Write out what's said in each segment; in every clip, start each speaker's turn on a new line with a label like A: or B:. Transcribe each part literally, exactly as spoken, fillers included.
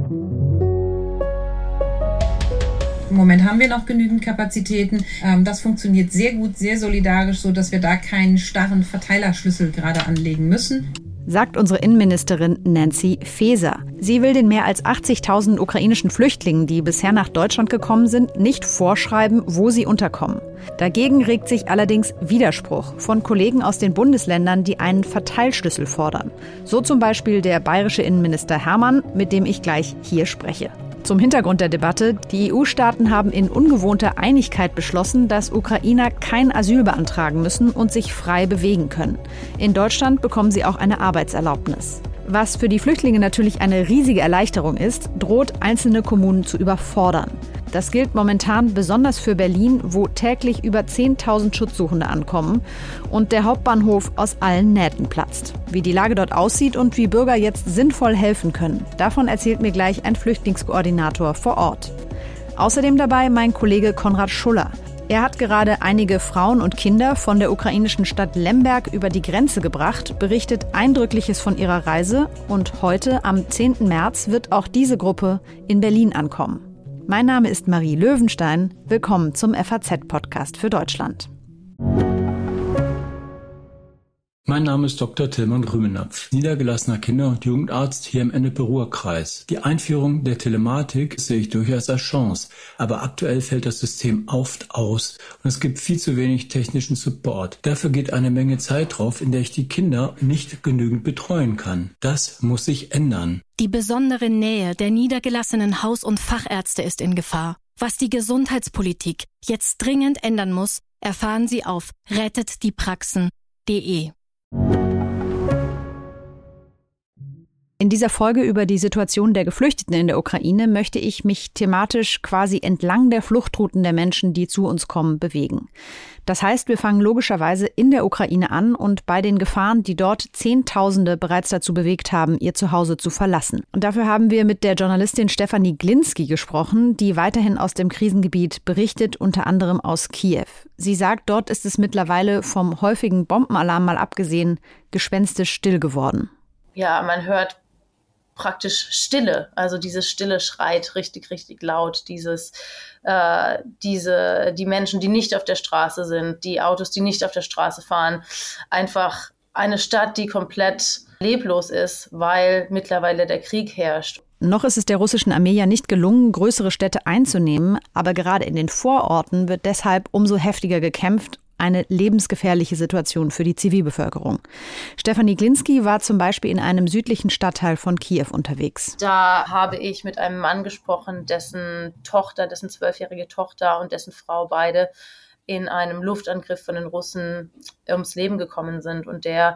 A: Im Moment haben wir noch genügend Kapazitäten. Das funktioniert sehr gut, sehr solidarisch, sodass wir da keinen starren Verteilerschlüssel gerade anlegen müssen.
B: Sagt unsere Innenministerin Nancy Faeser. Sie will den mehr als achtzigtausend ukrainischen Flüchtlingen, die bisher nach Deutschland gekommen sind, nicht vorschreiben, wo sie unterkommen. Dagegen regt sich allerdings Widerspruch von Kollegen aus den Bundesländern, die einen Verteilschlüssel fordern. So zum Beispiel der bayerische Innenminister Hermann, mit dem ich gleich hier spreche. Zum Hintergrund der Debatte: Die E U-Staaten haben in ungewohnter Einigkeit beschlossen, dass Ukrainer kein Asyl beantragen müssen und sich frei bewegen können. In Deutschland bekommen sie auch eine Arbeitserlaubnis. Was für die Flüchtlinge natürlich eine riesige Erleichterung ist, droht einzelne Kommunen zu überfordern. Das gilt momentan besonders für Berlin, wo täglich über zehntausend Schutzsuchende ankommen und der Hauptbahnhof aus allen Nähten platzt. Wie die Lage dort aussieht und wie Bürger jetzt sinnvoll helfen können, davon erzählt mir gleich ein Flüchtlingskoordinator vor Ort. Außerdem dabei mein Kollege Konrad Schuller. Er hat gerade einige Frauen und Kinder von der ukrainischen Stadt Lemberg über die Grenze gebracht, berichtet Eindrückliches von ihrer Reise und heute, am zehnten März, wird auch diese Gruppe in Berlin ankommen. Mein Name ist Marie Löwenstein. Willkommen zum F A Z-Podcast für Deutschland.
C: Mein Name ist Doktor Tilman Grümenapf, niedergelassener Kinder- und Jugendarzt hier im Ennepe-Ruhr-Kreis. Die Einführung der Telematik sehe ich durchaus als Chance, aber aktuell fällt das System oft aus und es gibt viel zu wenig technischen Support. Dafür geht eine Menge Zeit drauf, in der ich die Kinder nicht genügend betreuen kann. Das muss sich ändern.
D: Die besondere Nähe der niedergelassenen Haus- und Fachärzte ist in Gefahr. Was die Gesundheitspolitik jetzt dringend ändern muss, erfahren Sie auf rettet die praxen punkt de.
B: In dieser Folge über die Situation der Geflüchteten in der Ukraine möchte ich mich thematisch quasi entlang der Fluchtrouten der Menschen, die zu uns kommen, bewegen. Das heißt, wir fangen logischerweise in der Ukraine an und bei den Gefahren, die dort Zehntausende bereits dazu bewegt haben, ihr Zuhause zu verlassen. Und dafür haben wir mit der Journalistin Stefanie Glinski gesprochen, die weiterhin aus dem Krisengebiet berichtet, unter anderem aus Kiew. Sie sagt, dort ist es mittlerweile vom häufigen Bombenalarm mal abgesehen gespenstisch still geworden.
E: Ja, man hört praktisch Stille, also diese Stille schreit richtig, richtig laut, dieses, äh, diese, die Menschen, die nicht auf der Straße sind, die Autos, die nicht auf der Straße fahren, einfach eine Stadt, die komplett leblos ist, weil mittlerweile der Krieg herrscht.
B: Noch ist es der russischen Armee ja nicht gelungen, größere Städte einzunehmen, aber gerade in den Vororten wird deshalb umso heftiger gekämpft. Eine lebensgefährliche Situation für die Zivilbevölkerung. Stefanie Glinski war zum Beispiel in einem südlichen Stadtteil von Kiew unterwegs.
E: Da habe ich mit einem Mann gesprochen, dessen Tochter, dessen zwölfjährige Tochter und dessen Frau beide in einem Luftangriff von den Russen ums Leben gekommen sind. Und der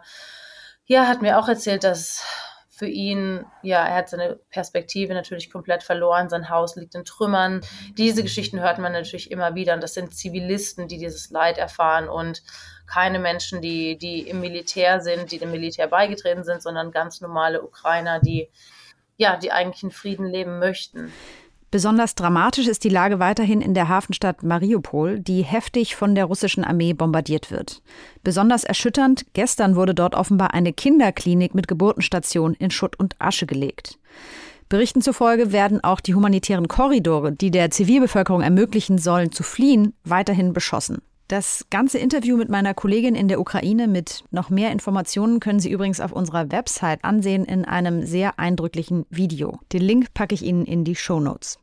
E: ja, hat mir auch erzählt, dass für ihn, ja, er hat seine Perspektive natürlich komplett verloren, sein Haus liegt in Trümmern. Diese Geschichten hört man natürlich immer wieder und das sind Zivilisten, die dieses Leid erfahren und keine Menschen, die, die im Militär sind, die dem Militär beigetreten sind, sondern ganz normale Ukrainer, die, ja, die eigentlich in Frieden leben möchten.
B: Besonders dramatisch ist die Lage weiterhin in der Hafenstadt Mariupol, die heftig von der russischen Armee bombardiert wird. Besonders erschütternd, gestern wurde dort offenbar eine Kinderklinik mit Geburtenstation in Schutt und Asche gelegt. Berichten zufolge werden auch die humanitären Korridore, die der Zivilbevölkerung ermöglichen sollen, zu fliehen, weiterhin beschossen. Das ganze Interview mit meiner Kollegin in der Ukraine mit noch mehr Informationen können Sie übrigens auf unserer Website ansehen in einem sehr eindrücklichen Video. Den Link packe ich Ihnen in die Shownotes.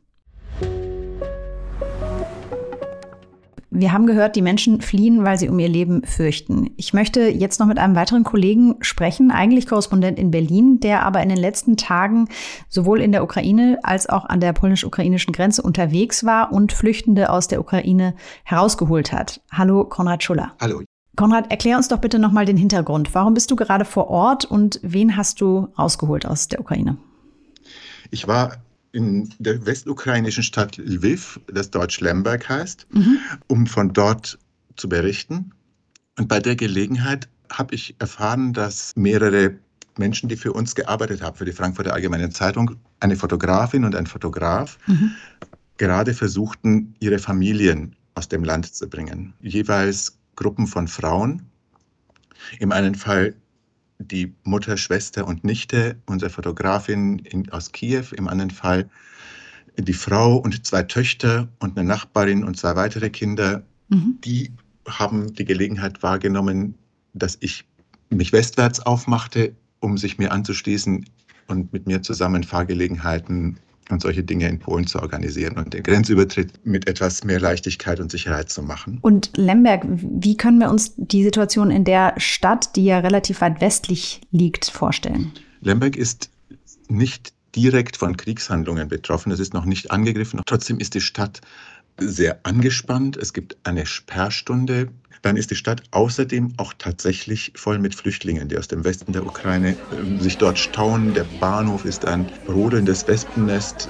B: Wir haben gehört, die Menschen fliehen, weil sie um ihr Leben fürchten. Ich möchte jetzt noch mit einem weiteren Kollegen sprechen, eigentlich Korrespondent in Berlin, der aber in den letzten Tagen sowohl in der Ukraine als auch an der polnisch-ukrainischen Grenze unterwegs war und Flüchtende aus der Ukraine herausgeholt hat. Hallo, Konrad Schuller.
F: Hallo.
B: Konrad, erklär uns doch bitte nochmal den Hintergrund. Warum bist du gerade vor Ort und wen hast du rausgeholt aus der Ukraine?
F: Ich war in der westukrainischen Stadt Lviv, das Deutsch Lemberg heißt,
B: Mhm.
F: um von dort zu berichten. Und bei der Gelegenheit habe ich erfahren, dass mehrere Menschen, die für uns gearbeitet haben, für die Frankfurter Allgemeine Zeitung, eine Fotografin und ein Fotograf,
B: Mhm.
F: gerade versuchten, ihre Familien aus dem Land zu bringen. Jeweils Gruppen von Frauen. Im einen Fall die Mutter, Schwester und Nichte unserer Fotografin in, aus Kiew, im anderen Fall die Frau und zwei Töchter und eine Nachbarin und zwei weitere Kinder. Mhm. Die haben die Gelegenheit wahrgenommen, dass ich mich westwärts aufmachte, um sich mir anzuschließen und mit mir zusammen Fahrgelegenheiten und solche Dinge in Polen zu organisieren und den Grenzübertritt mit etwas mehr Leichtigkeit und Sicherheit zu machen.
B: Und Lemberg, wie können wir uns die Situation in der Stadt, die ja relativ weit westlich liegt, vorstellen?
F: Lemberg ist nicht direkt von Kriegshandlungen betroffen. Es ist noch nicht angegriffen. Trotzdem ist die Stadt sehr angespannt. Es gibt eine Sperrstunde. Dann ist die Stadt außerdem auch tatsächlich voll mit Flüchtlingen, die aus dem Westen der Ukraine äh, sich dort stauen. Der Bahnhof ist ein brodelndes Wespennest,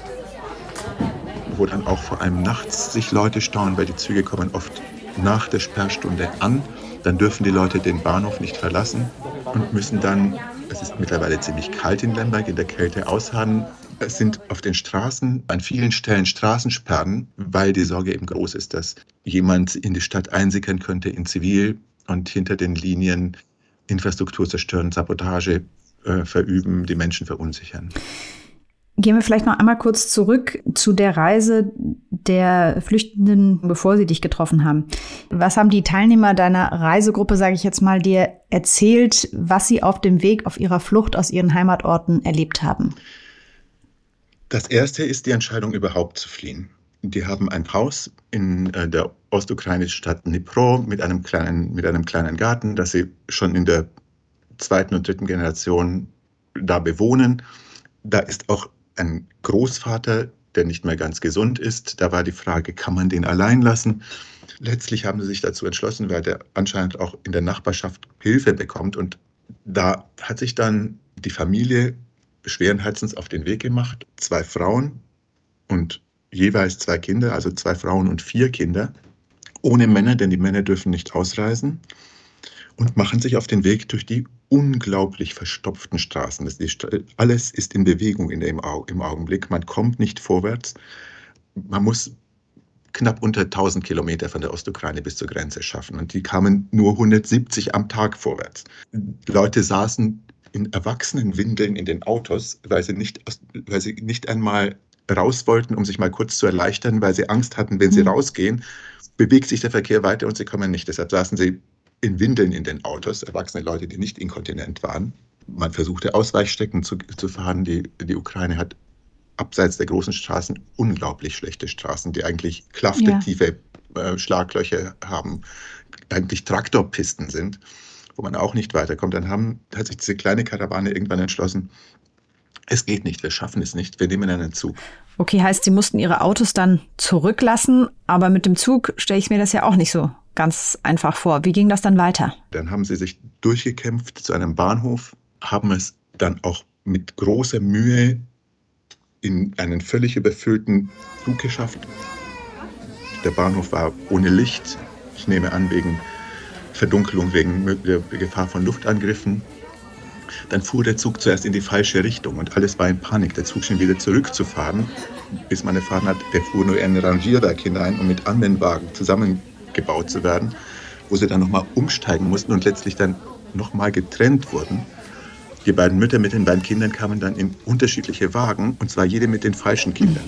F: wo dann auch vor allem nachts sich Leute stauen, weil die Züge kommen oft nach der Sperrstunde an. Dann dürfen die Leute den Bahnhof nicht verlassen und müssen dann, es ist mittlerweile ziemlich kalt in Lemberg, in der Kälte ausharren. Es sind auf den Straßen an vielen Stellen Straßensperren, weil die Sorge eben groß ist, dass jemand in die Stadt einsickern könnte in Zivil und hinter den Linien Infrastruktur zerstören, Sabotage äh, verüben, die Menschen verunsichern.
B: Gehen wir vielleicht noch einmal kurz zurück zu der Reise der Flüchtenden, bevor sie dich getroffen haben. Was haben die Teilnehmer deiner Reisegruppe, sage ich jetzt mal, dir erzählt, was sie auf dem Weg, auf ihrer Flucht aus ihren Heimatorten erlebt haben?
F: Das erste ist die Entscheidung, überhaupt zu fliehen. Die haben ein Haus in der ostukrainischen Stadt Dnipro mit einem kleinen, mit einem kleinen Garten, das sie schon in der zweiten und dritten Generation da bewohnen. Da ist auch ein Großvater, der nicht mehr ganz gesund ist. Da war die Frage, kann man den allein lassen? Letztlich haben sie sich dazu entschlossen, weil der anscheinend auch in der Nachbarschaft Hilfe bekommt. Und da hat sich dann die Familie schweren Herzens auf den Weg gemacht. Zwei Frauen und jeweils zwei Kinder, also zwei Frauen und vier Kinder, ohne Männer, denn die Männer dürfen nicht ausreisen, und machen sich auf den Weg durch die unglaublich verstopften Straßen. Das ist, alles ist in Bewegung in dem, im Augenblick. Man kommt nicht vorwärts. Man muss knapp unter tausend Kilometer von der Ostukraine bis zur Grenze schaffen. Und die kamen nur hundertsiebzig am Tag vorwärts. Leute saßen in Erwachsenenwindeln in den Autos, weil sie nicht, weil sie nicht einmal raus wollten, um sich mal kurz zu erleichtern, weil sie Angst hatten, wenn sie mhm. rausgehen, bewegt sich der Verkehr weiter und sie kommen nicht. Deshalb saßen sie in Windeln in den Autos, erwachsene Leute, die nicht inkontinent waren. Man versuchte, Ausweichstrecken zu, zu fahren. Die, die Ukraine hat abseits der großen Straßen unglaublich schlechte Straßen, die eigentlich klafte, ja. tiefe äh, Schlaglöcher haben, eigentlich Traktorpisten sind, wo man auch nicht weiterkommt. Dann haben, hat sich diese kleine Karawane irgendwann entschlossen, es geht nicht, wir schaffen es nicht, wir nehmen einen Zug.
B: Okay, heißt, sie mussten ihre Autos dann zurücklassen, aber mit dem Zug stelle ich mir das ja auch nicht so ganz einfach vor. Wie ging das dann weiter?
F: Dann haben sie sich durchgekämpft zu einem Bahnhof, haben es dann auch mit großer Mühe in einen völlig überfüllten Zug geschafft. Der Bahnhof war ohne Licht, ich nehme an wegen Verdunkelung, wegen der Gefahr von Luftangriffen. Dann fuhr der Zug zuerst in die falsche Richtung und alles war in Panik. Der Zug schien wieder zurückzufahren, bis man erfahren hat, der fuhr nur in ein Rangierwerk hinein, um mit anderen Wagen zusammengebaut zu werden, wo sie dann nochmal umsteigen mussten und letztlich dann nochmal getrennt wurden. Die beiden Mütter mit den beiden Kindern kamen dann in unterschiedliche Wagen, und zwar jede mit den falschen Kindern.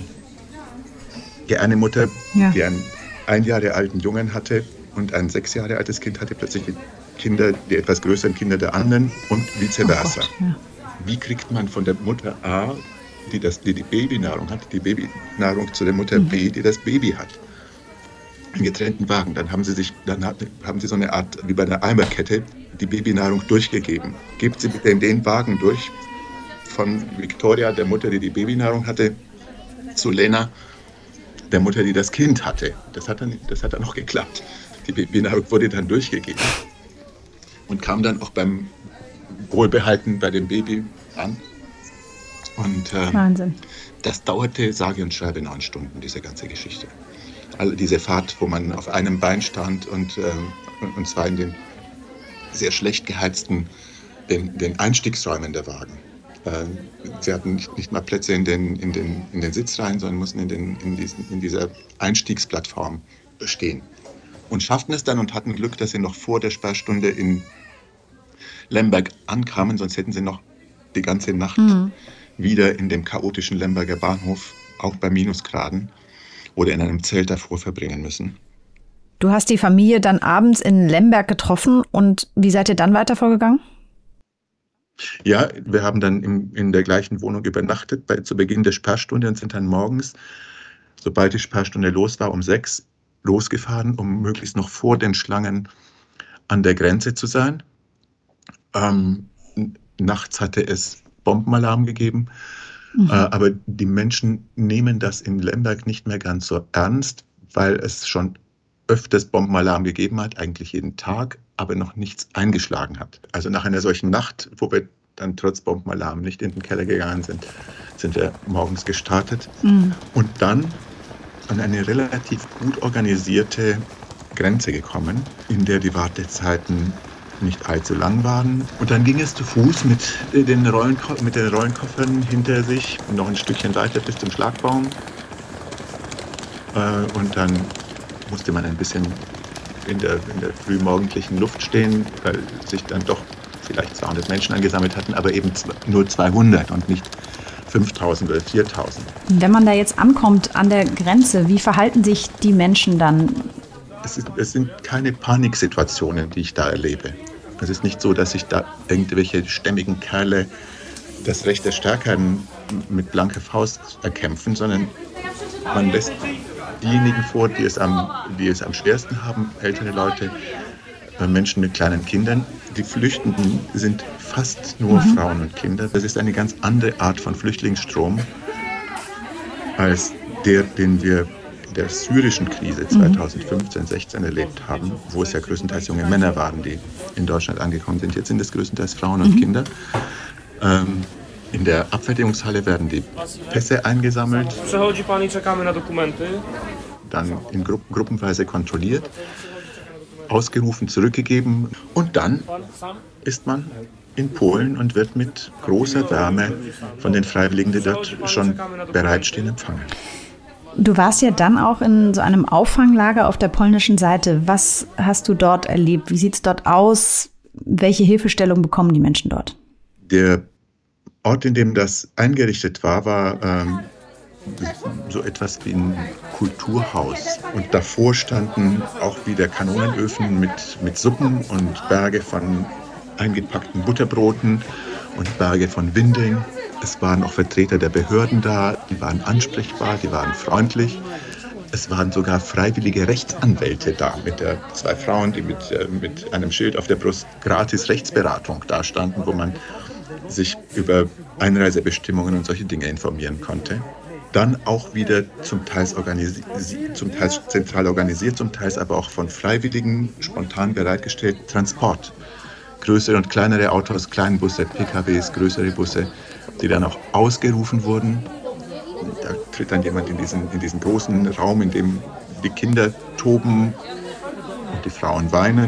F: Die eine Mutter, ja. die einen ein Jahre alten Jungen hatte und ein sechs Jahre altes Kind, hatte plötzlich die Kinder, die etwas größeren Kinder der anderen und vice versa. Oh Gott, ja. Wie kriegt man von der Mutter A, die, das, die die Babynahrung hat, die Babynahrung zu der Mutter mhm. B, die das Baby hat? In getrennten Wagen. Dann haben sie sich, dann haben sie so eine Art, wie bei einer Eimerkette, die Babynahrung durchgegeben. Gebt sie bitte in den Wagen durch, von Victoria, der Mutter, die die Babynahrung hatte, zu Lena, der Mutter, die das Kind hatte. Das hat dann, das hat dann auch geklappt. Die Babynahrung wurde dann durchgegeben und kam dann auch beim Wohlbehalten bei dem Baby an. Und äh,
B: Wahnsinn.
F: Das dauerte sage und schreibe neun Stunden, diese ganze Geschichte. Also diese Fahrt, wo man auf einem Bein stand und, äh, und zwar in den sehr schlecht geheizten den, den Einstiegsräumen der Wagen. Äh, sie hatten nicht, nicht mal Plätze in den, in, den, in den Sitzreihen, sondern mussten in, den, in, diesen, in dieser Einstiegsplattform stehen. Und schafften es dann und hatten Glück, dass sie noch vor der Sperrstunde in, Lemberg ankamen, sonst hätten sie noch die ganze Nacht
B: Mhm.
F: wieder in dem chaotischen Lemberger Bahnhof, auch bei Minusgraden, oder in einem Zelt davor verbringen müssen.
B: Du hast die Familie dann abends in Lemberg getroffen und wie seid ihr dann weiter vorgegangen?
F: Ja, wir haben dann im, in der gleichen Wohnung übernachtet bei, zu Beginn der Sperrstunde und sind dann morgens, sobald die Sperrstunde los war, um sechs losgefahren, um möglichst noch vor den Schlangen an der Grenze zu sein. Ähm, nachts hatte es Bombenalarm gegeben,
B: Mhm.
F: äh, aber die Menschen nehmen das in Lemberg nicht mehr ganz so ernst, weil es schon öfters Bombenalarm gegeben hat, eigentlich jeden Tag, aber noch nichts eingeschlagen hat. Also nach einer solchen Nacht, wo wir dann trotz Bombenalarm nicht in den Keller gegangen sind, sind wir morgens gestartet
B: Mhm.
F: und dann an eine relativ gut organisierte Grenze gekommen, in der die Wartezeiten nicht allzu lang waren. Und dann ging es zu Fuß mit den, Rollenko- mit den Rollenkoffern hinter sich noch ein Stückchen weiter bis zum Schlagbaum. Äh, und dann musste man ein bisschen in der, in der frühmorgendlichen Luft stehen, weil sich dann doch vielleicht zweihundert Menschen angesammelt hatten, aber eben nur zweihundert und nicht fünftausend oder viertausend.
B: Wenn man da jetzt ankommt an der Grenze, wie verhalten sich die Menschen dann?
F: Es, ist, es sind keine Paniksituationen, die ich da erlebe. Es ist nicht so, dass sich da irgendwelche stämmigen Kerle das Recht der Stärkeren mit blanker Faust erkämpfen, sondern man lässt diejenigen vor, die es am, die es am schwersten haben, ältere Leute, Menschen mit kleinen Kindern. Die Flüchtenden sind fast nur mhm. Frauen und Kinder. Das ist eine ganz andere Art von Flüchtlingsstrom als der, den wir in der syrischen Krise zweitausendfünfzehn sechzehn erlebt haben, wo es ja größtenteils junge Männer waren, die in Deutschland angekommen sind. Jetzt sind es größtenteils Frauen und mhm. Kinder. Ähm, in der Abfertigungshalle werden die Pässe eingesammelt, dann in Gru- gruppenweise kontrolliert, ausgerufen, zurückgegeben und dann ist man in Polen und wird mit großer Wärme von den Freiwilligen, die dort schon bereitstehen, empfangen.
B: Du warst ja dann auch in so einem Auffanglager auf der polnischen Seite. Was hast du dort erlebt? Wie sieht es dort aus? Welche Hilfestellung bekommen die Menschen dort?
F: Der Ort, in dem das eingerichtet war, war ähm, so etwas wie ein Kulturhaus. Und davor standen auch wieder Kanonenöfen mit, mit Suppen und Berge von eingepackten Butterbroten und Berge von Windeln. Es waren auch Vertreter der Behörden da, die waren ansprechbar, die waren freundlich. Es waren sogar freiwillige Rechtsanwälte da, mit der, zwei Frauen, die mit, äh, mit einem Schild auf der Brust gratis Rechtsberatung dastanden, wo man sich über Einreisebestimmungen und solche Dinge informieren konnte. Dann auch wieder zum Teil, organisi- zum Teil zentral organisiert, zum Teil aber auch von Freiwilligen spontan bereitgestellt Transport. Größere und kleinere Autos, Kleinbusse, P K Ws, größere Busse, die dann auch ausgerufen wurden. Da tritt dann jemand in diesen, in diesen großen Raum, in dem die Kinder toben und die Frauen weinen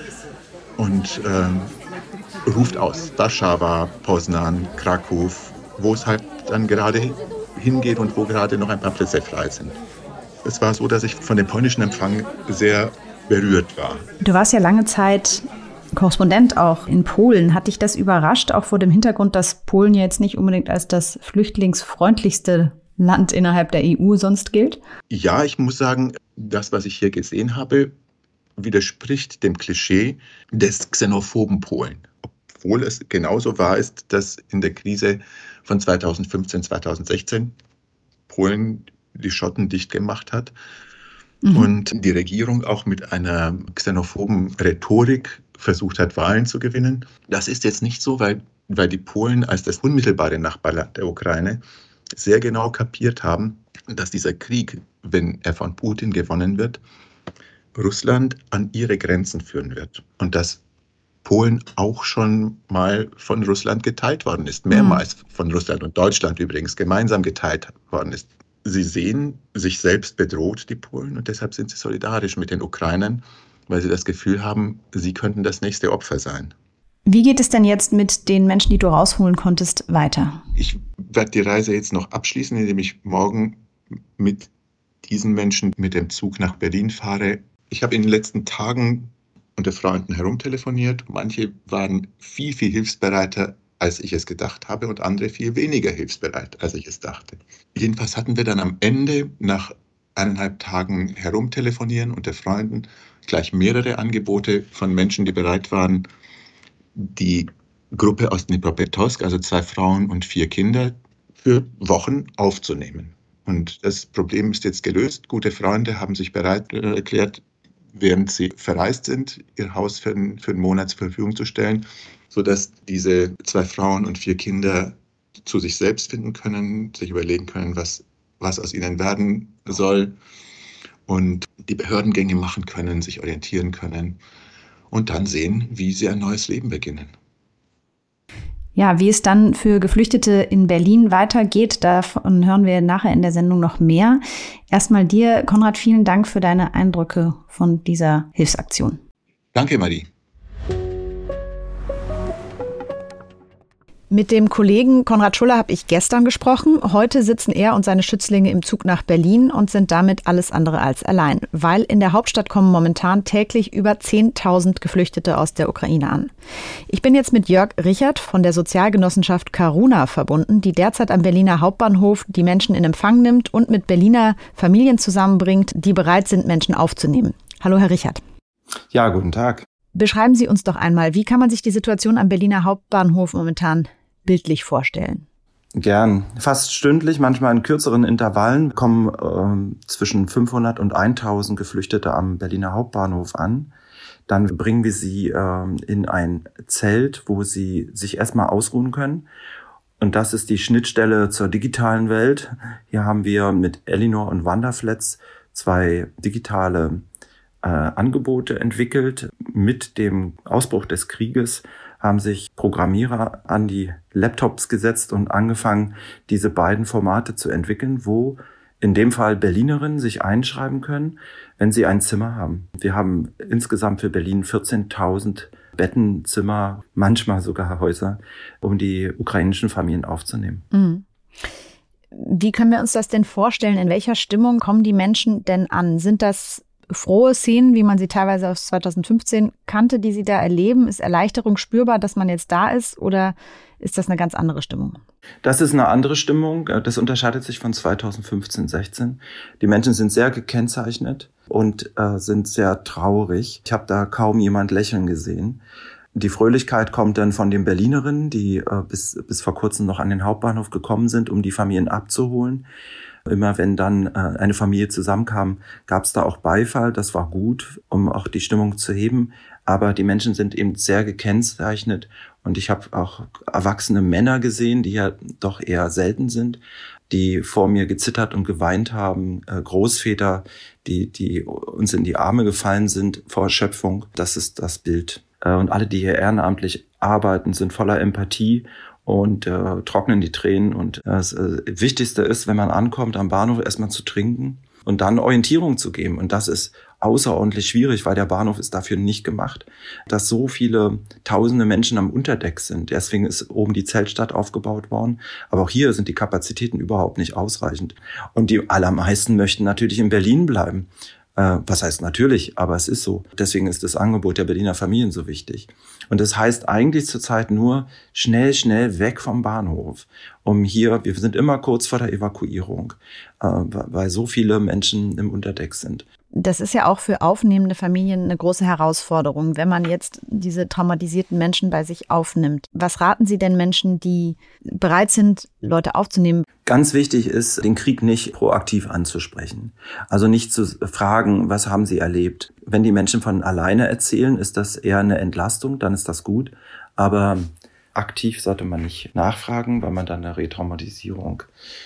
F: und äh, ruft aus. Warszawa, Poznan, Kraków, wo es halt dann gerade hingeht und wo gerade noch ein paar Plätze frei sind. Es war so, dass ich von dem polnischen Empfang sehr berührt war.
B: Du warst ja lange Zeit Korrespondent auch in Polen. Hat dich das überrascht, auch vor dem Hintergrund, dass Polen ja jetzt nicht unbedingt als das flüchtlingsfreundlichste Land innerhalb der E U sonst gilt?
F: Ja, ich muss sagen, das, was ich hier gesehen habe, widerspricht dem Klischee des xenophoben Polen. Obwohl es genauso wahr ist, dass in der Krise von zweitausendfünfzehn, zweitausendsechzehn Polen die Schotten dicht gemacht hat mhm. und die Regierung auch mit einer xenophoben Rhetorik versucht hat, Wahlen zu gewinnen. Das ist jetzt nicht so, weil, weil die Polen als das unmittelbare Nachbarland der Ukraine sehr genau kapiert haben, dass dieser Krieg, wenn er von Putin gewonnen wird, Russland an ihre Grenzen führen wird. Und dass Polen auch schon mal von Russland geteilt worden ist, mehrmals von Russland und Deutschland übrigens gemeinsam geteilt worden ist. Sie sehen sich selbst bedroht, die Polen, und deshalb sind sie solidarisch mit den Ukrainern, weil sie das Gefühl haben, sie könnten das nächste Opfer sein.
B: Wie geht es denn jetzt mit den Menschen, die du rausholen konntest, weiter?
F: Ich werde die Reise jetzt noch abschließen, indem ich morgen mit diesen Menschen mit dem Zug nach Berlin fahre. Ich habe in den letzten Tagen unter Freunden herumtelefoniert. Manche waren viel, viel hilfsbereiter, als ich es gedacht habe, und andere viel weniger hilfsbereit, als ich es dachte. Jedenfalls hatten wir dann am Ende, nach eineinhalb Tagen herumtelefonieren unter Freunden, gleich mehrere Angebote von Menschen, die bereit waren, die Gruppe aus Dnipropetrovsk, also zwei Frauen und vier Kinder, für Wochen aufzunehmen. Und das Problem ist jetzt gelöst. Gute Freunde haben sich bereit erklärt, während sie verreist sind, ihr Haus für einen, für einen Monat zur Verfügung zu stellen, sodass diese zwei Frauen und vier Kinder zu sich selbst finden können, sich überlegen können, was, was aus ihnen werden soll, und die Behördengänge machen können, sich orientieren können und dann sehen, wie sie ein neues Leben beginnen.
B: Ja, wie es dann für Geflüchtete in Berlin weitergeht, davon hören wir nachher in der Sendung noch mehr. Erstmal dir, Konrad, vielen Dank für deine Eindrücke von dieser Hilfsaktion.
F: Danke, Marie.
B: Mit dem Kollegen Konrad Schuller habe ich gestern gesprochen. Heute sitzen er und seine Schützlinge im Zug nach Berlin und sind damit alles andere als allein, weil in der Hauptstadt kommen momentan täglich über zehntausend Geflüchtete aus der Ukraine an. Ich bin jetzt mit Jörg Richert von der Sozialgenossenschaft Karuna verbunden, die derzeit am Berliner Hauptbahnhof die Menschen in Empfang nimmt und mit Berliner Familien zusammenbringt, die bereit sind, Menschen aufzunehmen. Hallo, Herr Richert.
G: Ja, guten Tag.
B: Beschreiben Sie uns doch einmal, wie kann man sich die Situation am Berliner Hauptbahnhof momentan bildlich vorstellen?
G: Gern. Fast stündlich, manchmal in kürzeren Intervallen, kommen äh, zwischen fünfhundert und tausend Geflüchtete am Berliner Hauptbahnhof an. Dann bringen wir sie äh, in ein Zelt, wo sie sich erstmal ausruhen können. Und das ist die Schnittstelle zur digitalen Welt. Hier haben wir mit Elinor und Wanderflats zwei digitale äh, Angebote entwickelt. Mit dem Ausbruch des Krieges haben sich Programmierer an die Laptops gesetzt und angefangen, diese beiden Formate zu entwickeln, wo in dem Fall Berlinerinnen sich einschreiben können, wenn sie ein Zimmer haben. Wir haben insgesamt für Berlin vierzehntausend Betten, Zimmer, manchmal sogar Häuser, um die ukrainischen Familien aufzunehmen.
B: Mhm. Wie können wir uns das denn vorstellen? In welcher Stimmung kommen die Menschen denn an? Sind das frohe Szenen, wie man sie teilweise aus zweitausendfünfzehn kannte, die Sie da erleben? Ist Erleichterung spürbar, dass man jetzt da ist, oder ist das eine ganz andere Stimmung?
G: Das ist eine andere Stimmung. Das unterscheidet sich von zweitausendfünfzehn, sechzehn. Die Menschen sind sehr gekennzeichnet und äh, sind sehr traurig. Ich habe da kaum jemand lächeln gesehen. Die Fröhlichkeit kommt dann von den Berlinerinnen, die äh, bis, bis vor kurzem noch an den Hauptbahnhof gekommen sind, um die Familien abzuholen. Immer wenn dann äh, eine Familie zusammenkam, gab es da auch Beifall. Das war gut, um auch die Stimmung zu heben. Aber die Menschen sind eben sehr gekennzeichnet. Und ich habe auch erwachsene Männer gesehen, die ja doch eher selten sind, die vor mir gezittert und geweint haben. Äh, Großväter, die, die uns in die Arme gefallen sind vor Erschöpfung. Das ist das Bild. Äh, und alle, die hier ehrenamtlich arbeiten, sind voller Empathie und äh, trocknen die Tränen. Und äh, das äh, Wichtigste ist, wenn man ankommt am Bahnhof, erstmal zu trinken und dann Orientierung zu geben. Und das ist außerordentlich schwierig, weil der Bahnhof ist dafür nicht gemacht, dass so viele tausende Menschen am Unterdeck sind. Deswegen ist oben die Zeltstadt aufgebaut worden. Aber auch hier sind die Kapazitäten überhaupt nicht ausreichend. Und die allermeisten möchten natürlich in Berlin bleiben. Äh, was heißt natürlich, aber es ist so. Deswegen ist das Angebot der Berliner Familien so wichtig. Und das heißt eigentlich zurzeit nur schnell, schnell weg vom Bahnhof. Um hier, wir sind immer kurz vor der Evakuierung, äh, weil so viele Menschen im Unterdeck sind.
B: Das ist ja auch für aufnehmende Familien eine große Herausforderung, wenn man jetzt diese traumatisierten Menschen bei sich aufnimmt. Was raten Sie denn Menschen, die bereit sind, Leute aufzunehmen?
G: Ganz wichtig ist, den Krieg nicht proaktiv anzusprechen. Also nicht zu fragen, was haben Sie erlebt? Wenn die Menschen von alleine erzählen, ist das eher eine Entlastung, dann ist das gut. Aber aktiv sollte man nicht nachfragen, weil man dann eine Retraumatisierung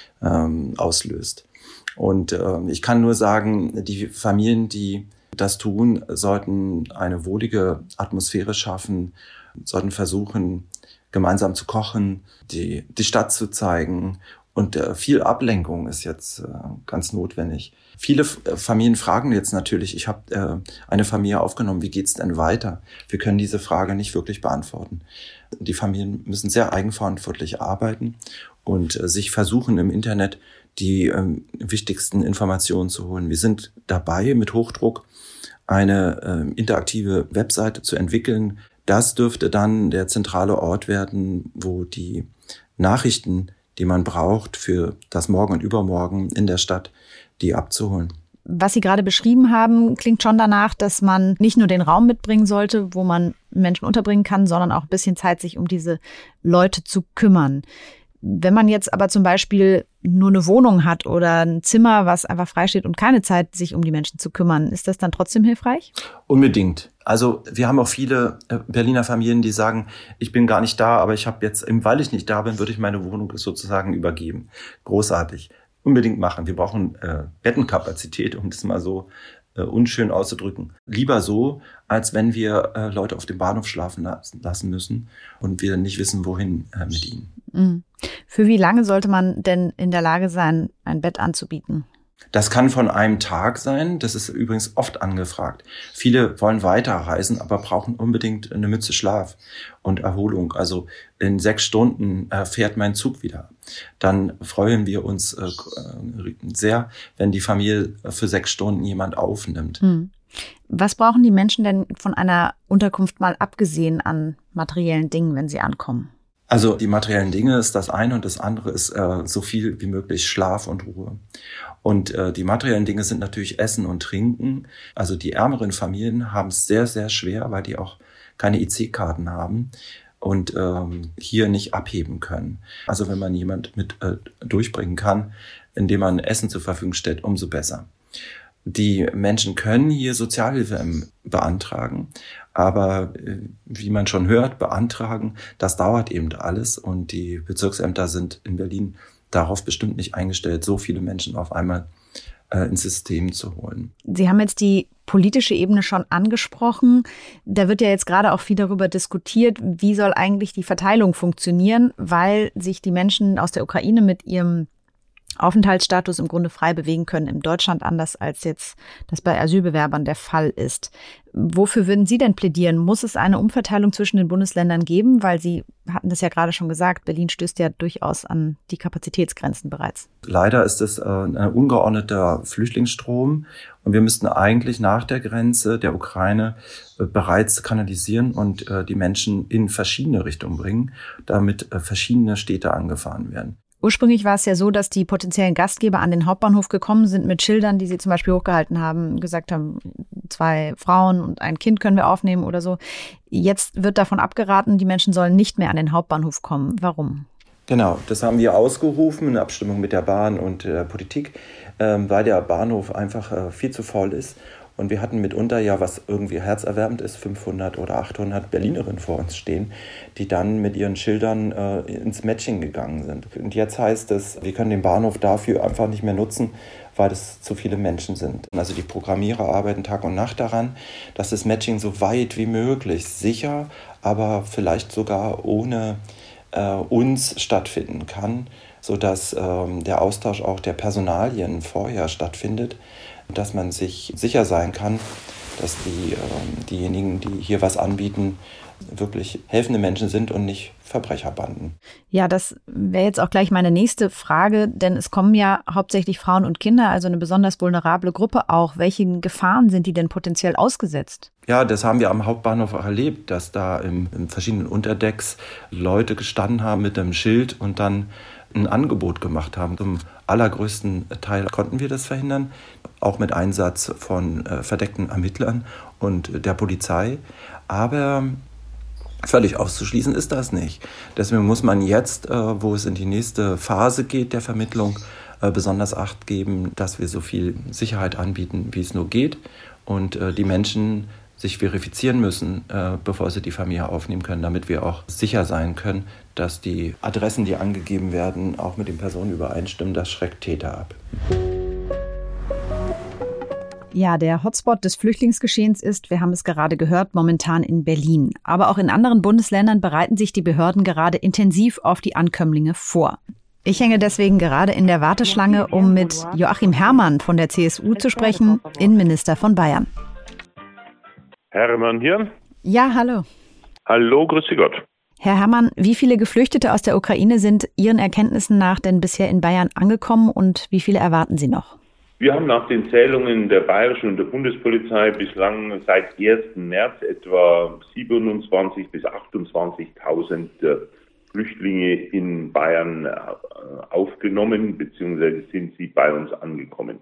G: ähm, auslöst. Und äh, ich kann nur sagen, die Familien, die das tun, sollten eine wohlige Atmosphäre schaffen, sollten versuchen, gemeinsam zu kochen, die, die Stadt zu zeigen. Und äh, viel Ablenkung ist jetzt äh, ganz notwendig. Viele F- Familien fragen jetzt natürlich, ich habe äh, eine Familie aufgenommen, wie geht's denn weiter? Wir können diese Frage nicht wirklich beantworten. Die Familien müssen sehr eigenverantwortlich arbeiten und äh, sich versuchen, im Internet die ähm, wichtigsten Informationen zu holen. Wir sind dabei, mit Hochdruck eine äh, interaktive Webseite zu entwickeln. Das dürfte dann der zentrale Ort werden, wo die Nachrichten, die man braucht für das Morgen und Übermorgen in der Stadt, die abzuholen.
B: Was Sie gerade beschrieben haben, klingt schon danach, dass man nicht nur den Raum mitbringen sollte, wo man Menschen unterbringen kann, sondern auch ein bisschen Zeit, sich um diese Leute zu kümmern. Wenn man jetzt aber zum Beispiel nur eine Wohnung hat oder ein Zimmer, was einfach frei steht und keine Zeit, sich um die Menschen zu kümmern, ist das dann trotzdem hilfreich?
G: Unbedingt. Also wir haben auch viele Berliner Familien, die sagen, ich bin gar nicht da, aber ich habe jetzt, weil ich nicht da bin, würde ich meine Wohnung sozusagen übergeben. Großartig. Unbedingt machen. Wir brauchen äh, Bettenkapazität, um das mal so äh, unschön auszudrücken. Lieber so, als wenn wir äh, Leute auf dem Bahnhof schlafen lassen müssen und wir nicht wissen, wohin äh, mit ihnen.
B: Mhm. Für wie lange sollte man denn in der Lage sein, ein Bett anzubieten?
G: Das kann von einem Tag sein. Das ist übrigens oft angefragt. Viele wollen weiterreisen, aber brauchen unbedingt eine Mütze Schlaf und Erholung. Also in sechs Stunden äh, fährt mein Zug wieder. Dann freuen wir uns äh, sehr, wenn die Familie für sechs Stunden jemand aufnimmt.
B: Hm. Was brauchen die Menschen denn von einer Unterkunft mal abgesehen an materiellen Dingen, wenn sie ankommen?
G: Also die materiellen Dinge ist das eine und das andere ist äh, so viel wie möglich Schlaf und Ruhe. Und äh, die materiellen Dinge sind natürlich Essen und Trinken. Also die ärmeren Familien haben es sehr, sehr schwer, weil die auch keine I C-Karten haben und ähm, hier nicht abheben können. Also wenn man jemand mit äh, durchbringen kann, indem man Essen zur Verfügung stellt, umso besser. Die Menschen können hier Sozialhilfe beantragen, aber äh, wie man schon hört, beantragen, das dauert eben alles und die Bezirksämter sind in Berlin darauf bestimmt nicht eingestellt, so viele Menschen auf einmal äh, ins System zu holen.
B: Sie haben jetzt die politische Ebene schon angesprochen. Da wird ja jetzt gerade auch viel darüber diskutiert, wie soll eigentlich die Verteilung funktionieren, weil sich die Menschen aus der Ukraine mit ihrem Aufenthaltsstatus im Grunde frei bewegen können in Deutschland, anders als jetzt das bei Asylbewerbern der Fall ist. Wofür würden Sie denn plädieren? Muss es eine Umverteilung zwischen den Bundesländern geben? Weil Sie hatten das ja gerade schon gesagt, Berlin stößt ja durchaus an die Kapazitätsgrenzen bereits.
G: Leider ist es ein ungeordneter Flüchtlingsstrom und wir müssten eigentlich nach der Grenze der Ukraine bereits kanalisieren und die Menschen in verschiedene Richtungen bringen, damit verschiedene Städte angefahren werden.
B: Ursprünglich war es ja so, dass die potenziellen Gastgeber an den Hauptbahnhof gekommen sind mit Schildern, die sie zum Beispiel hochgehalten haben, gesagt haben, zwei Frauen und ein Kind können wir aufnehmen oder so. Jetzt wird davon abgeraten, die Menschen sollen nicht mehr an den Hauptbahnhof kommen. Warum?
G: Genau, das haben wir ausgerufen in Abstimmung mit der Bahn und der Politik, weil der Bahnhof einfach viel zu voll ist. Und wir hatten mitunter ja, was irgendwie herzerwärmend ist, fünfhundert oder achthundert Berlinerinnen vor uns stehen, die dann mit ihren Schildern äh, ins Matching gegangen sind. Und jetzt heißt es, wir können den Bahnhof dafür einfach nicht mehr nutzen, weil es zu viele Menschen sind. Also die Programmierer arbeiten Tag und Nacht daran, dass das Matching so weit wie möglich sicher, aber vielleicht sogar ohne äh, uns stattfinden kann, sodass ähm, der Austausch auch der Personalien vorher stattfindet, dass man sich sicher sein kann, dass die, äh, diejenigen, die hier was anbieten, wirklich helfende Menschen sind und nicht Verbrecherbanden.
B: Ja, das wäre jetzt auch gleich meine nächste Frage, denn es kommen ja hauptsächlich Frauen und Kinder, also eine besonders vulnerable Gruppe auch. Welchen Gefahren sind die denn potenziell ausgesetzt?
G: Ja, das haben wir am Hauptbahnhof auch erlebt, dass da im, in verschiedenen Unterdecks Leute gestanden haben mit einem Schild und dann ein Angebot gemacht haben. Zum allergrößten Teil konnten wir das verhindern, auch mit Einsatz von äh, verdeckten Ermittlern und äh, der Polizei. Aber völlig auszuschließen ist das nicht. Deswegen muss man jetzt, äh, wo es in die nächste Phase geht der Vermittlung, äh, besonders Acht geben, dass wir so viel Sicherheit anbieten, wie es nur geht und äh, die Menschen sich verifizieren müssen, äh, bevor sie die Familie aufnehmen können, damit wir auch sicher sein können, dass die Adressen, die angegeben werden, auch mit den Personen übereinstimmen. Das schreckt Täter ab.
B: Ja, der Hotspot des Flüchtlingsgeschehens ist, wir haben es gerade gehört, momentan in Berlin. Aber auch in anderen Bundesländern bereiten sich die Behörden gerade intensiv auf die Ankömmlinge vor. Ich hänge deswegen gerade in der Warteschlange, um mit Joachim Herrmann von der C S U zu sprechen, Innenminister von Bayern.
H: Herrmann hier.
B: Ja, hallo.
H: Hallo, grüße Gott.
B: Herr Herrmann, wie viele Geflüchtete aus der Ukraine sind Ihren Erkenntnissen nach denn bisher in Bayern angekommen und wie viele erwarten Sie noch?
H: Wir haben nach den Zählungen der bayerischen und der Bundespolizei bislang seit ersten März etwa siebenundzwanzigtausend bis achtundzwanzigtausend Flüchtlinge in Bayern aufgenommen, beziehungsweise sind sie bei uns angekommen.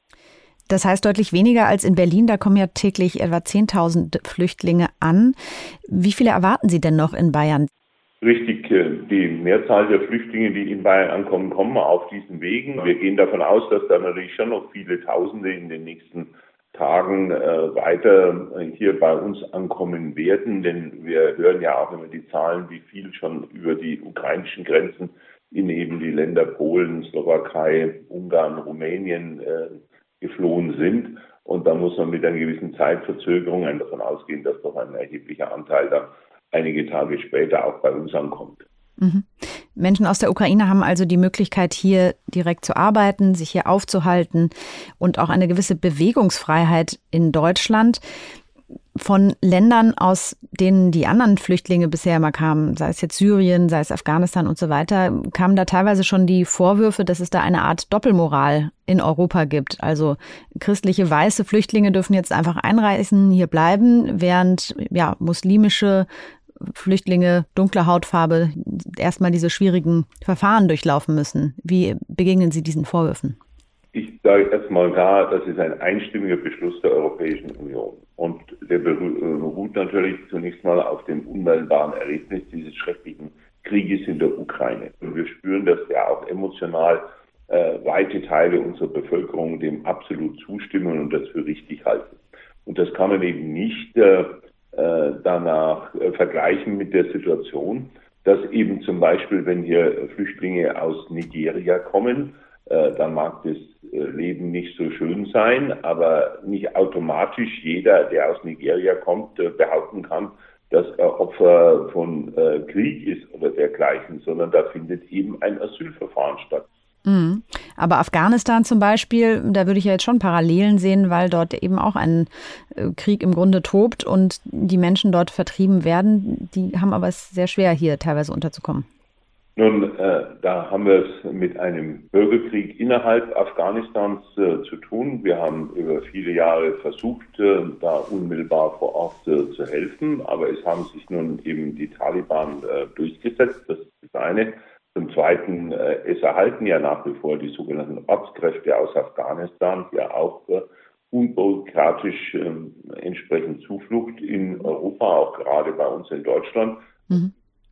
B: Das heißt deutlich weniger als in Berlin. Da kommen ja täglich etwa zehntausend Flüchtlinge an. Wie viele erwarten Sie denn noch in Bayern?
H: Richtig, die Mehrzahl der Flüchtlinge, die in Bayern ankommen, kommen auf diesen Wegen. Wir gehen davon aus, dass da natürlich schon noch viele Tausende in den nächsten Tagen äh, weiter hier bei uns ankommen werden, denn wir hören ja auch immer die Zahlen, wie viel schon über die ukrainischen Grenzen in eben die Länder Polen, Slowakei, Ungarn, Rumänien äh, geflohen sind. Und da muss man mit einer gewissen Zeitverzögerung davon ausgehen, dass doch ein erheblicher Anteil da einige Tage später auch bei uns ankommt.
B: Mhm. Menschen aus der Ukraine haben also die Möglichkeit, hier direkt zu arbeiten, sich hier aufzuhalten und auch eine gewisse Bewegungsfreiheit in Deutschland. Von Ländern, aus denen die anderen Flüchtlinge bisher immer kamen, sei es jetzt Syrien, sei es Afghanistan und so weiter, kamen da teilweise schon die Vorwürfe, dass es da eine Art Doppelmoral in Europa gibt. Also christliche weiße Flüchtlinge dürfen jetzt einfach einreisen, hier bleiben, während ja muslimische Flüchtlinge dunkler Hautfarbe erstmal diese schwierigen Verfahren durchlaufen müssen. Wie begegnen Sie diesen Vorwürfen?
H: Ich sage erstmal klar, das ist ein einstimmiger Beschluss der Europäischen Union. Und der beruht natürlich zunächst mal auf dem unmittelbaren Erlebnis dieses schrecklichen Krieges in der Ukraine. Und wir spüren, dass ja auch emotional äh, weite Teile unserer Bevölkerung dem absolut zustimmen und das für richtig halten. Und das kann man eben nicht äh, danach äh, vergleichen mit der Situation, dass eben zum Beispiel, wenn hier Flüchtlinge aus Nigeria kommen, äh, dann mag das äh, Leben nicht so schön sein, aber nicht automatisch jeder, der aus Nigeria kommt, äh, behaupten kann, dass er Opfer von äh, Krieg ist oder dergleichen, sondern da findet eben ein Asylverfahren statt.
B: Mhm. Aber Afghanistan zum Beispiel, da würde ich ja jetzt schon Parallelen sehen, weil dort eben auch ein Krieg im Grunde tobt und die Menschen dort vertrieben werden. Die haben aber es sehr schwer, hier teilweise unterzukommen.
H: Nun, äh, da haben wir es mit einem Bürgerkrieg innerhalb Afghanistans äh, zu tun. Wir haben über viele Jahre versucht, äh, da unmittelbar vor Ort äh, zu helfen, aber es haben sich nun eben die Taliban äh, durchgesetzt. Das ist das eine. Zum Zweiten, äh, es erhalten ja nach wie vor die sogenannten Ortskräfte aus Afghanistan ja auch äh, unbürokratisch äh, entsprechend Zuflucht in Europa, auch gerade bei uns in Deutschland.
B: Mhm.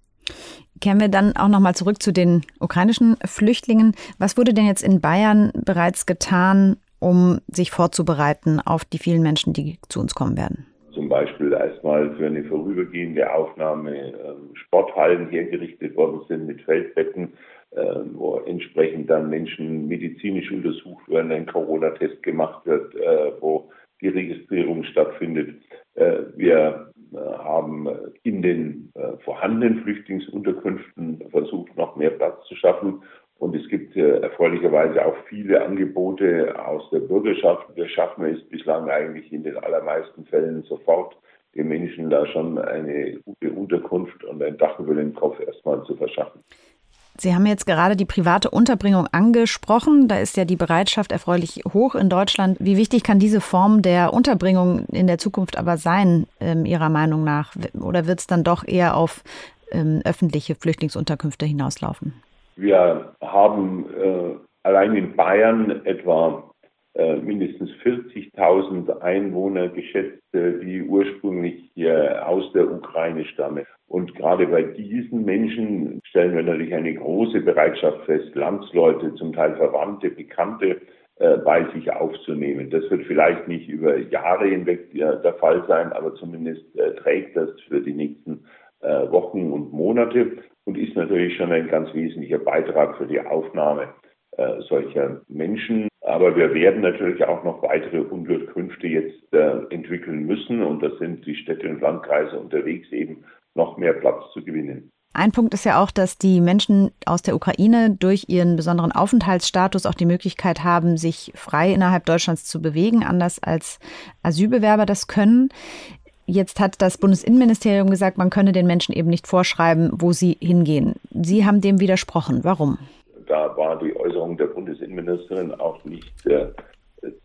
B: Kehren wir dann auch nochmal zurück zu den ukrainischen Flüchtlingen. Was wurde denn jetzt in Bayern bereits getan, um sich vorzubereiten auf die vielen Menschen, die zu uns kommen werden?
H: Zum Beispiel erstmal für eine vorübergehende Aufnahme äh, Sporthallen hergerichtet worden sind mit Feldbetten, äh, wo entsprechend dann Menschen medizinisch untersucht werden, ein Corona-Test gemacht wird, äh, wo die Registrierung stattfindet. Äh, wir äh, haben in den äh, vorhandenen Flüchtlingsunterkünften versucht, noch mehr Platz zu schaffen. Und es gibt äh, erfreulicherweise auch viele Angebote aus der Bürgerschaft. Wir schaffen es bislang eigentlich in den allermeisten Fällen sofort, den Menschen da schon eine gute Unterkunft und ein Dach über den Kopf erstmal zu verschaffen.
B: Sie haben jetzt gerade die private Unterbringung angesprochen. Da ist ja die Bereitschaft erfreulich hoch in Deutschland. Wie wichtig kann diese Form der Unterbringung in der Zukunft aber sein, ähm, Ihrer Meinung nach? Oder wird es dann doch eher auf ähm, öffentliche Flüchtlingsunterkünfte hinauslaufen?
H: Wir haben äh, allein in Bayern etwa äh, mindestens vierzigtausend Einwohner geschätzt, äh, die ursprünglich äh, aus der Ukraine stammen. Und gerade bei diesen Menschen stellen wir natürlich eine große Bereitschaft fest, Landsleute, zum Teil Verwandte, Bekannte äh, bei sich aufzunehmen. Das wird vielleicht nicht über Jahre hinweg äh, der Fall sein, aber zumindest äh, trägt das für die nächsten äh, Wochen und Monate. Und ist natürlich schon ein ganz wesentlicher Beitrag für die Aufnahme äh, solcher Menschen. Aber wir werden natürlich auch noch weitere Unterkünfte jetzt äh, entwickeln müssen. Und da sind die Städte und Landkreise unterwegs, eben noch mehr Platz zu gewinnen.
B: Ein Punkt ist ja auch, dass die Menschen aus der Ukraine durch ihren besonderen Aufenthaltsstatus auch die Möglichkeit haben, sich frei innerhalb Deutschlands zu bewegen, anders als Asylbewerber das können. Jetzt hat das Bundesinnenministerium gesagt, man könne den Menschen eben nicht vorschreiben, wo sie hingehen. Sie haben dem widersprochen. Warum?
H: Da war die Äußerung der Bundesinnenministerin auch nicht äh,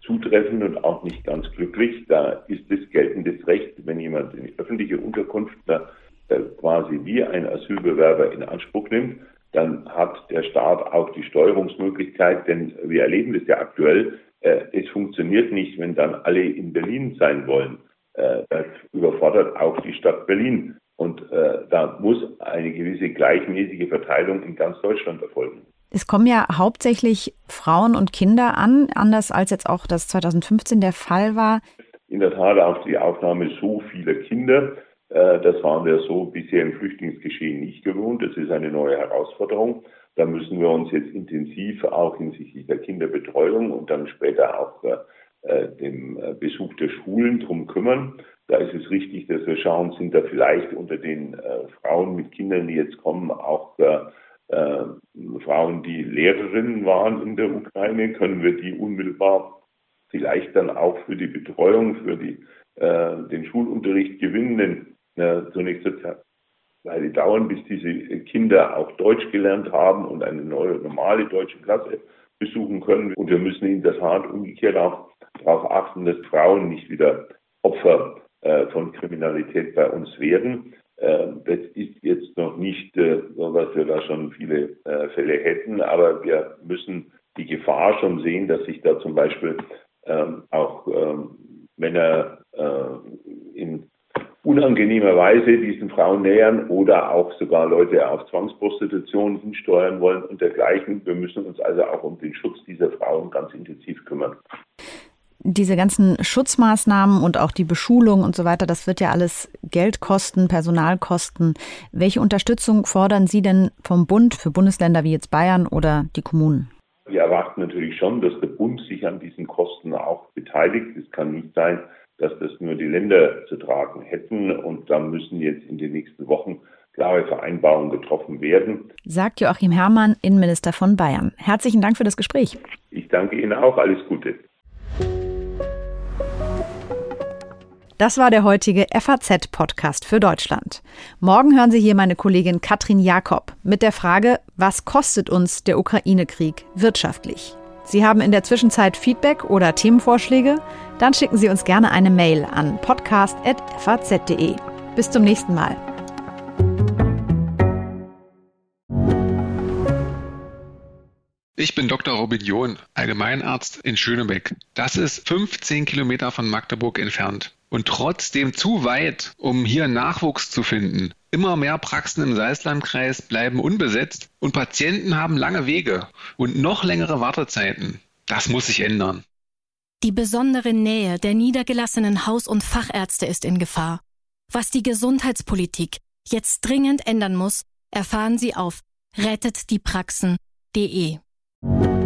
H: zutreffend und auch nicht ganz glücklich. Da ist es geltendes Recht, wenn jemand eine öffentliche Unterkunft da, äh, quasi wie ein Asylbewerber in Anspruch nimmt, dann hat der Staat auch die Steuerungsmöglichkeit, denn wir erleben das ja aktuell, äh, es funktioniert nicht, wenn dann alle in Berlin sein wollen. Äh, das überfordert auch die Stadt Berlin. Und äh, da muss eine gewisse gleichmäßige Verteilung in ganz Deutschland erfolgen.
B: Es kommen ja hauptsächlich Frauen und Kinder an, anders als jetzt auch das zweitausendfünfzehn der Fall war.
H: In der Tat auch die Aufnahme so vieler Kinder. Das waren wir so bisher im Flüchtlingsgeschehen nicht gewohnt. Das ist eine neue Herausforderung. Da müssen wir uns jetzt intensiv auch hinsichtlich der Kinderbetreuung und dann später auch äh, dem Besuch der Schulen drum kümmern. Da ist es richtig, dass wir schauen, sind da vielleicht unter den äh, Frauen mit Kindern, die jetzt kommen, auch äh, äh, Frauen, die Lehrerinnen waren in der Ukraine, können wir die unmittelbar vielleicht dann auch für die Betreuung, für die, äh, den Schulunterricht gewinnen. Denn äh, zunächst wird es weil die dauern, bis diese Kinder auch Deutsch gelernt haben und eine neue, normale deutsche Klasse besuchen können. Und wir müssen in der Tat umgekehrt auch darauf achten, dass Frauen nicht wieder Opfer äh, von Kriminalität bei uns werden. Äh, das ist jetzt noch nicht äh, so, dass wir da schon viele äh, Fälle hätten, aber wir müssen die Gefahr schon sehen, dass sich da zum Beispiel ähm, auch ähm, Männer äh, in unangenehmer Weise diesen Frauen nähern oder auch sogar Leute auf Zwangsprostitution hinsteuern wollen und dergleichen. Wir müssen uns also auch um den Schutz dieser Frauen ganz intensiv kümmern.
B: Diese ganzen Schutzmaßnahmen und auch die Beschulung und so weiter, das wird ja alles Geld kosten, Personal kosten. Welche Unterstützung fordern Sie denn vom Bund für Bundesländer wie jetzt Bayern oder die Kommunen?
H: Wir erwarten natürlich schon, dass der Bund sich an diesen Kosten auch beteiligt. Es kann nicht sein, dass das nur die Länder zu tragen hätten. Und da müssen jetzt in den nächsten Wochen klare Vereinbarungen getroffen werden.
B: Sagt Joachim Herrmann, Innenminister von Bayern. Herzlichen Dank für das Gespräch.
H: Ich danke Ihnen auch. Alles Gute.
B: Das war der heutige F A Z-Podcast für Deutschland. Morgen hören Sie hier meine Kollegin Katrin Jakob mit der Frage, was kostet uns der Ukraine-Krieg wirtschaftlich? Sie haben in der Zwischenzeit Feedback oder Themenvorschläge? Dann schicken Sie uns gerne eine Mail an podcast at f a z punkt d e. Bis zum nächsten Mal.
I: Ich bin Doktor Robin John, Allgemeinarzt in Schönebeck. Das ist fünfzehn Kilometer von Magdeburg entfernt. Und trotzdem zu weit, um hier Nachwuchs zu finden. Immer mehr Praxen im Salzlandkreis bleiben unbesetzt und Patienten haben lange Wege und noch längere Wartezeiten. Das muss sich ändern.
D: Die besondere Nähe der niedergelassenen Haus- und Fachärzte ist in Gefahr. Was die Gesundheitspolitik jetzt dringend ändern muss, erfahren Sie auf rettet die praxen punkt d e.